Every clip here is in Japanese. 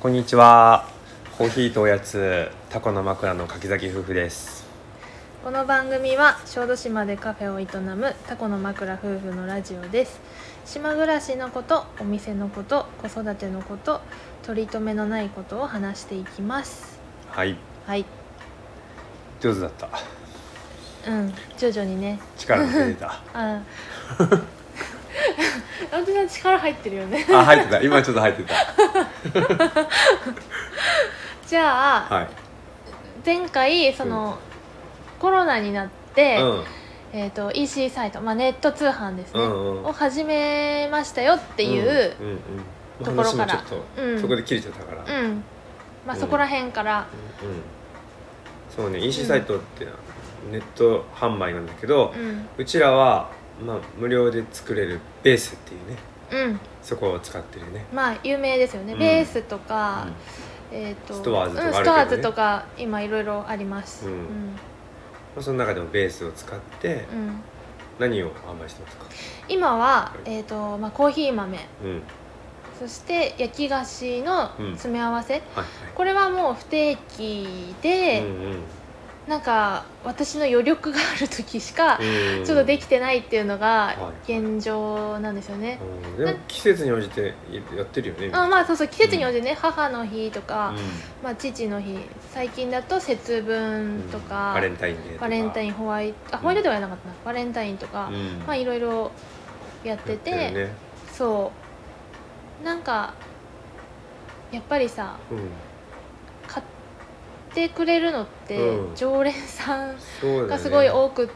こんにちは。コーヒーとおやつタコの枕の柿崎夫婦です。 この番組は小豆島でカフェを営むタコの枕夫婦のラジオです。島暮らしのこと、お店のこと、子育てのこと、取り留めのないことを話していきます。 はい上手だった。 徐々にね力が出てた本当に力入ってるよね入ってた。今ちょっと入ってたじゃあ、 はい、 前回コロナになって、EC サイト、ネット通販ですね、を始めましたよっていうところから、 話もちょっと、そこで切れちゃったから、 そこら辺から、 そうね、EC サイトってネット販売なんだけど、うちらは、無料で作れるベースっていうね、そこを使ってるね。 有名ですよね、ベースとか、 ストアーズとかあるけどね、 ストアーズとか今いろいろあります。 その中でもベースを使って、何を販売してますか？ 今は、コーヒー豆、そして焼き菓子の詰め合わせ、これはもう不定期で、なんか私の余力がある時しかちょっとできてないっていうのが現状なんですよね。 でも季節に応じてやってるよね。 そう季節に応じてね、母の日とか、父の日、最近だと節分とか、 バレンタインデーとか、 バレンタイン、ホワイトデーはやらなかったな、バレンタインとか、いろいろやってて、そうなんかやっぱりさ、買ってくれるのって常連さんがすごい多くって、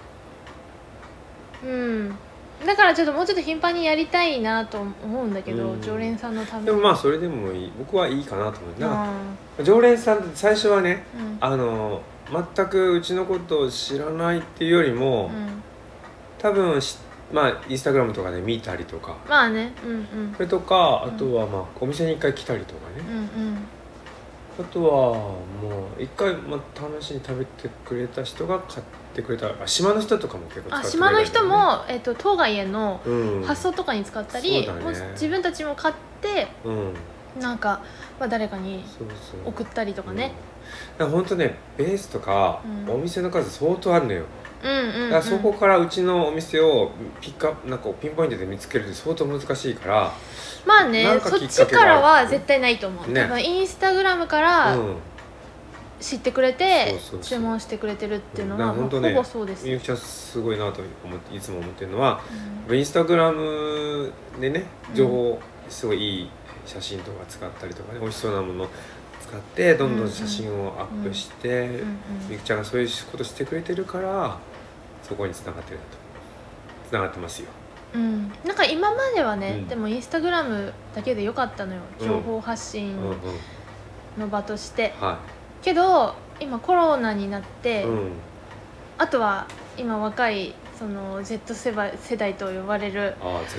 だからちょっともうちょっと頻繁にやりたいなと思うんだけど、常連さんのために。 でもそれでもいい、僕はいいかなと思う。なんか常連さんって最初はね、全くうちのことを知らないっていうよりも、多分インスタグラムとかで見たりとか、それとか、あとはお店に一回来たりとかね、あとはもう一回試しに食べてくれた人が買ってくれた。島の人とかも結構使ってくれたり、 島の人も、当該への発送とかに使ったり、もう自分たちも買って、なんか、誰かに送ったりとかね。 本当ね、ベースとかお店の数相当あるのよ。そこからうちのお店をピンポイントで見つけるって相当難しいから。 そっちからは絶対ないと思う、多分インスタグラムから知ってくれて注文してくれてるっていうのはほぼそうです。 みゆきちゃんすごいなといつも思ってるのは、インスタグラムでね、情報すごいいい写真とか使ったりとかね、美味しそうなもの使ってどんどん写真をアップして、みゆきちゃんがそういうことしてくれてるから、そこに繋がってるなと。繋がってますよ。 なんか今まではね、でもインスタグラムだけでよかったのよ、情報発信の場として、けど今コロナになって、あとは今若いZ 世代と呼ばれる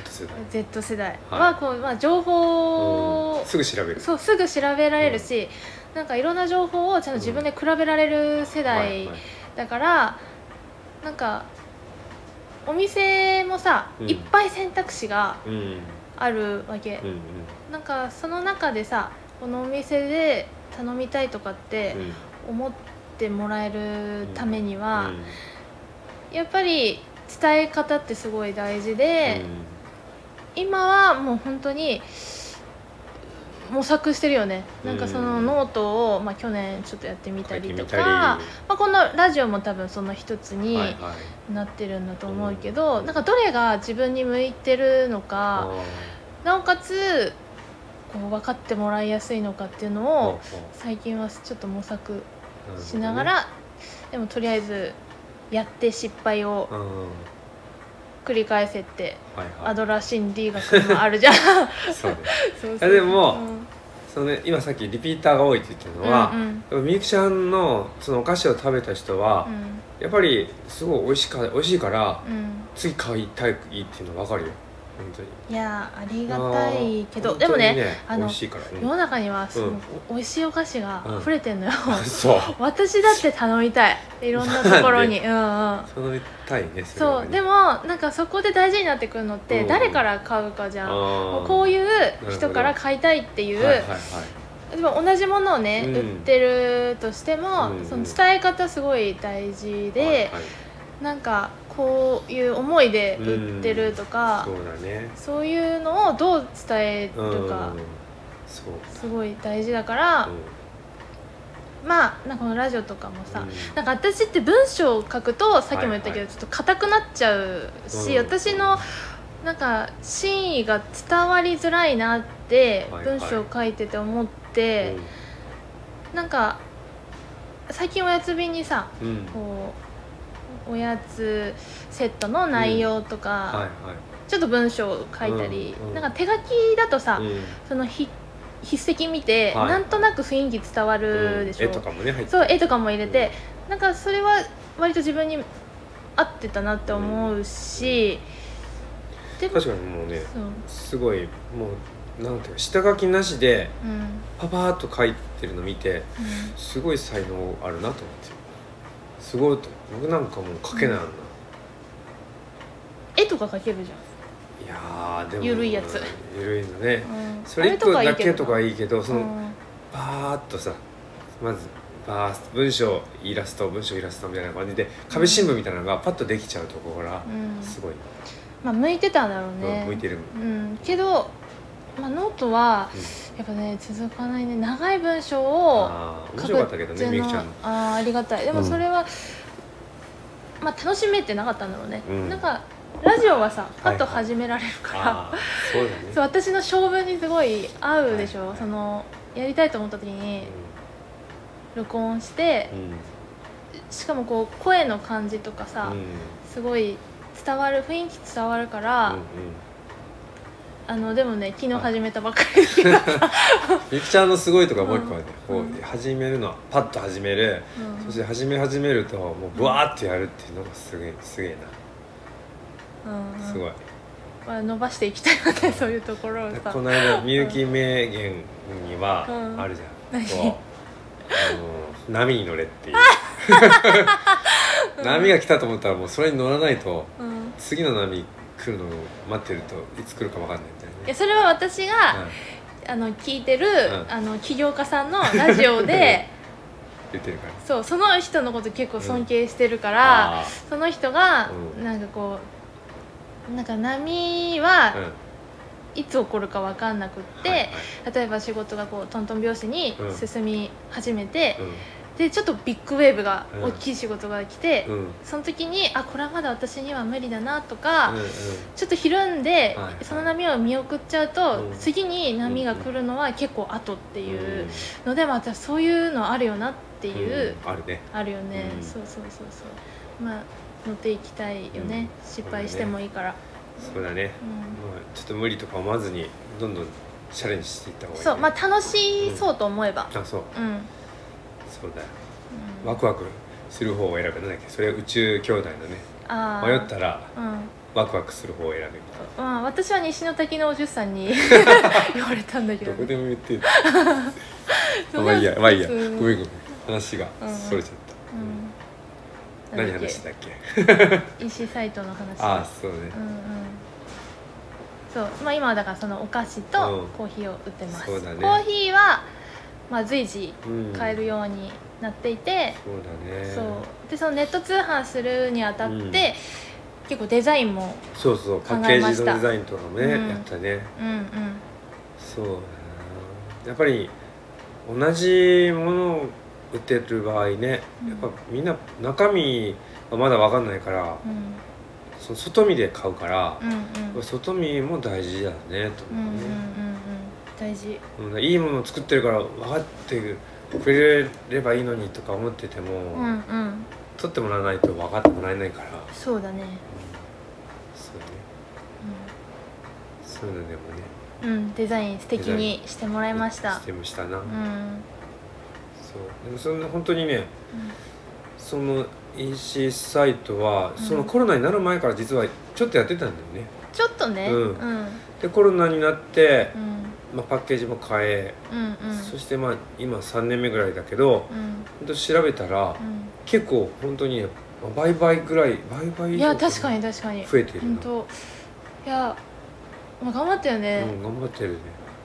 Z 世代は情報をすぐ調べる、 すぐ調べられるし、なんかいろんな情報をちゃんと自分で比べられる世代だから、なんかお店もさ、いっぱい選択肢があるわけ、なんかその中でさ、このお店で頼みたいとかって思ってもらえるためには、やっぱり伝え方ってすごい大事で、今はもう本当に模索してるよね。なんかそのノートを、去年ちょっとやってみたりとか、このラジオも多分その一つになってるんだと思うけど、なんかどれが自分に向いてるのか、なおかつこう分かってもらいやすいのかっていうのを最近はちょっと模索しながら、でもとりあえずやって失敗を繰り返せって、アドラー心理学もあるじゃんでも、今さっきリピーターが多いって言ってるのは、みゆきちゃんのそのお菓子を食べた人は、やっぱりすごい美味しいから、次買いたいっていうの分かるよ。 当に。 いやありがたいけど、でもね美味しいから、 世の中にはすごく美味しいお菓子が溢れてんのよ、 そう私だって頼みたい、いろんなところに頼みたいね。 そうでもなんかそこで大事になってくるのって誰から買うかじゃん。こういう人から買いたいっていう、でも同じものをね、売ってるとしても、その伝え方すごい大事で、なんかこういう思いで売ってるとか、そういうのをどう伝えるかすごい大事だから、まあなんかこのラジオとかもさ、なんか私って文章を書くとさっきも言ったけどちょっと硬くなっちゃうし、私のなんか真意が伝わりづらいなって文章を書いてて思って、なんか最近おやつ便にさ、こうおやつセットの内容とか、ちょっと文章を書いたり、なんか手書きだとさ、その筆跡見て、なんとなく雰囲気伝わるでしょ、 絵とかもね入って、 そう絵とかも入れて、なんかそれは割と自分に合ってたなって思うし、 確かにもうね、すごいもうなんていうか下書きなしでパパーっと書いてるの見て、すごい才能あるなと思って、すごいと。僕なんかもう書けないな、 絵とか描けるじゃん。いやでもゆるいやつ、 ゆるいのね、それ1個だけとかいいけど、そのバーッとさ、まずバーッ文章イラスト文章イラストみたいな感じで壁新聞みたいなのがパッとできちゃうところがすごい、 まあ向いてたんだろうね、 向いてる、 けど、まあ、ノートはやっぱね続かないね、長い文章を書くっていうのは ありがたい。 でもそれは、まあ楽しめてなかったんだろうね、なんかラジオはさパッと始められるから、 そうだね、 そう私の性分にすごい合うでしょ、そのやりたいと思った時に録音して、しかもこう声の感じとかさ、すごい伝わる、雰囲気伝わるから、でもね昨日始めたばっかりだけどゆきちゃんのすごいとかもう一個はね、こう始めるのはパッと始める、そして始めるともうブワーってやるっていうのがすげえな、すごい、 まあ、伸ばしていきたいよね、そういうところをさ。 この間みゆき名言にはあるじゃん、こう波に乗れっていう波が来たと思ったらもうそれに乗らないと、次の波来るのを待ってるといつ来るか分かんないみたいな、ね、 いやそれは私が、聞いてる、起業家さんのラジオで言ってるから、 そうその人のこと結構尊敬してるから、その人が、なんかこうなんか波は、いつ起こるか分かんなくって、例えば仕事がこうトントン拍子に進み始めて、でちょっとビッグウェーブが大きい仕事が来て、その時にこれはまだ私には無理だなとか、ちょっとひるんで、その波を見送っちゃうと、次に波が来るのは結構後っていうので、またそういうのあるよなっていう、あるよね、そうまあ乗っていきたいよね、失敗してもいいから。 そうだね、ちょっと無理とか思わずにどんどんチャレンジしていった方がいい、 そう、まあ楽しそうと思えば、 そうだよ、ワクワクする方を選ぶ。なんだっけ、それは宇宙兄弟のね、迷ったら、ワクワクする方を選ぶ。 私は西の滝のおじゅっさんに言われたんだけど、 どこでも言ってるまあいいや、ごめん話がそれちゃった、何話だっけ EC サイトの話。 そうね、 そう、まあ今はだからそのお菓子とコーヒーを売ってます。 そうだね、 コーヒーはまあ随時買えるようになっていて、そうでそのネット通販するにあたって、結構デザインもパッケージのデザインとかもね、やったね。そうだな、やっぱり同じものを売ってる場合ね、やっぱみんな中身はまだ分かんないから、その外見で買うから、外見も大事だねと思うね。 大事。 いいものを作ってるから分かってくれればいいのにとか思ってても、取ってもらわないと分かってもらえないから。 そうだね、 そういうのでもね、 デザイン素敵にしてもらいました。 したな。そうでもそんな本当にね、その EC サイトはそのコロナになる前から実はちょっとやってたんだよね。 ちょっとね、 でコロナになって、パッケージも変え、そして今3年目ぐらいだけど、調べたら、結構本当にね倍ぐらいいや確かに増えてる本当いや、頑張ったよね。 頑張ってるね。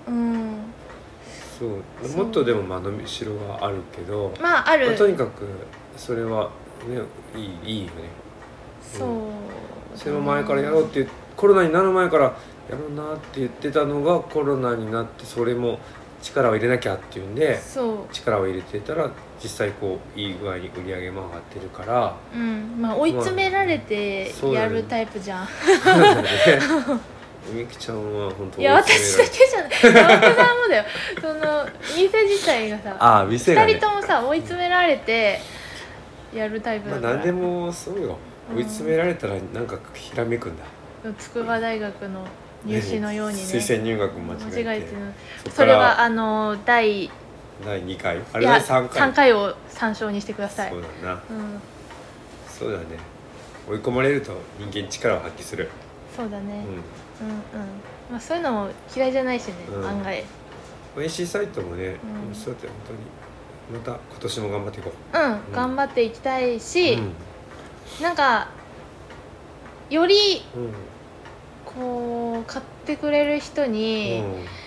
そうもっとでも伸びしろはあるけど、 ある、 とにかくそれはねいいよね。 そう、 それを前からやろうってコロナになる前からやろうなって言ってたのが、コロナになってそれも力を入れなきゃっていうんで力を入れてたら、実際いい具合に売り上げも上がってるから、 追い詰められてやるタイプじゃん。 みきちゃんは本当いや私だけじゃない山本さんもだよ。その店自体がさ、 店がね、 2人ともさ追い詰められてやるタイプだから。 何でもそうよ、追い詰められたらなんかひらめくんだ。 筑波大学の入試のようにね、 推薦入学間違えて、 それは第 2回あれは3 回を参照にしてください。 そうだな、そうだね。追い込まれると人間力を発揮する。 そうだね、そういうのも嫌いじゃないしね、案外。 NC サイトもね、そうやって本当にまた今年も頑張っていこう。頑張っていきたいし、なんかより買ってくれる人に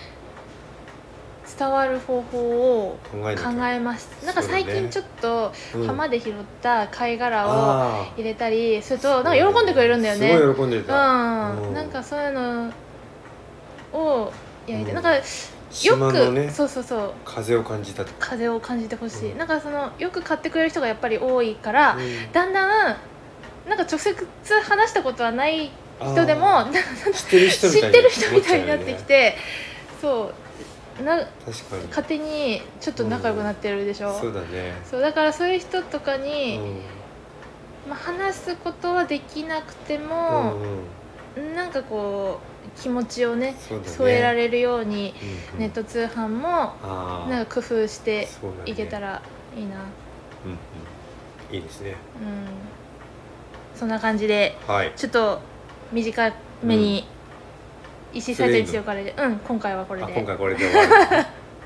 伝わる方法を考えます。なんか最近ちょっと浜で拾った貝殻を入れたりするとなんか喜んでくれるんだよね。 すごい喜んでた。 なんかそういうのをやりたい。なんかよくそう風を感じたと。 風を感じてほしい。なんかよく買ってくれる人がやっぱり多いから、だんだんなんか直接話したことはない人でも知ってる人みたいになってきて、そう確かに勝手にちょっと仲良くなってるでしょ。 そうだね。 そうだからそういう人とかに、話すことはできなくても、なんか気持ちをね添えられるように、ネット通販もなんか工夫していけたらいいな。 いいですね。 そんな感じで、ちょっと短めにECサイトに強かれで、今回はこれで。 今回これで終わる。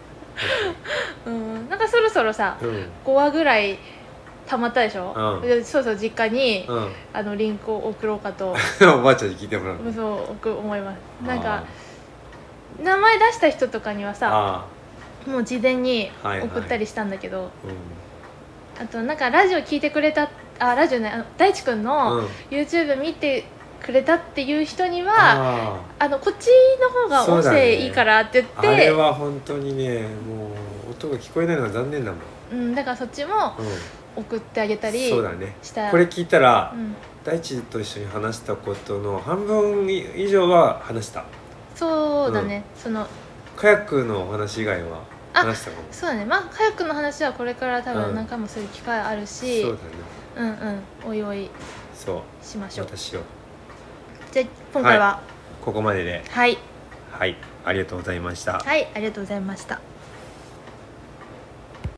なんかそろそろさ、5話ぐらいたまったでしょ。そう実家にリンクを送ろうかと。 おばあちゃんに聞いてもらう。 そう思います。なんか名前出した人とかにはさ、もう事前に送ったりしたんだけど、あとなんかラジオ聞いてくれた、ラジオね、大地くんの YouTube 見てくれたっていう人にはこっちの方が音声いいからって言って、 あれは本当にね、もう音が聞こえないのは残念だもん。 だからそっちも送ってあげたりした。 これ聞いたら、大地と一緒に話したことの半分以上は話した。 そうだね。 カヤックのお話以外は話したかも。 そうだね。カヤックの話はこれから多分何回もする機会あるし、 そうだね。 おいおいしましょう。 私をじゃあ今回はここまでで。 はい、 ありがとうございました。 はい、ありがとうございました。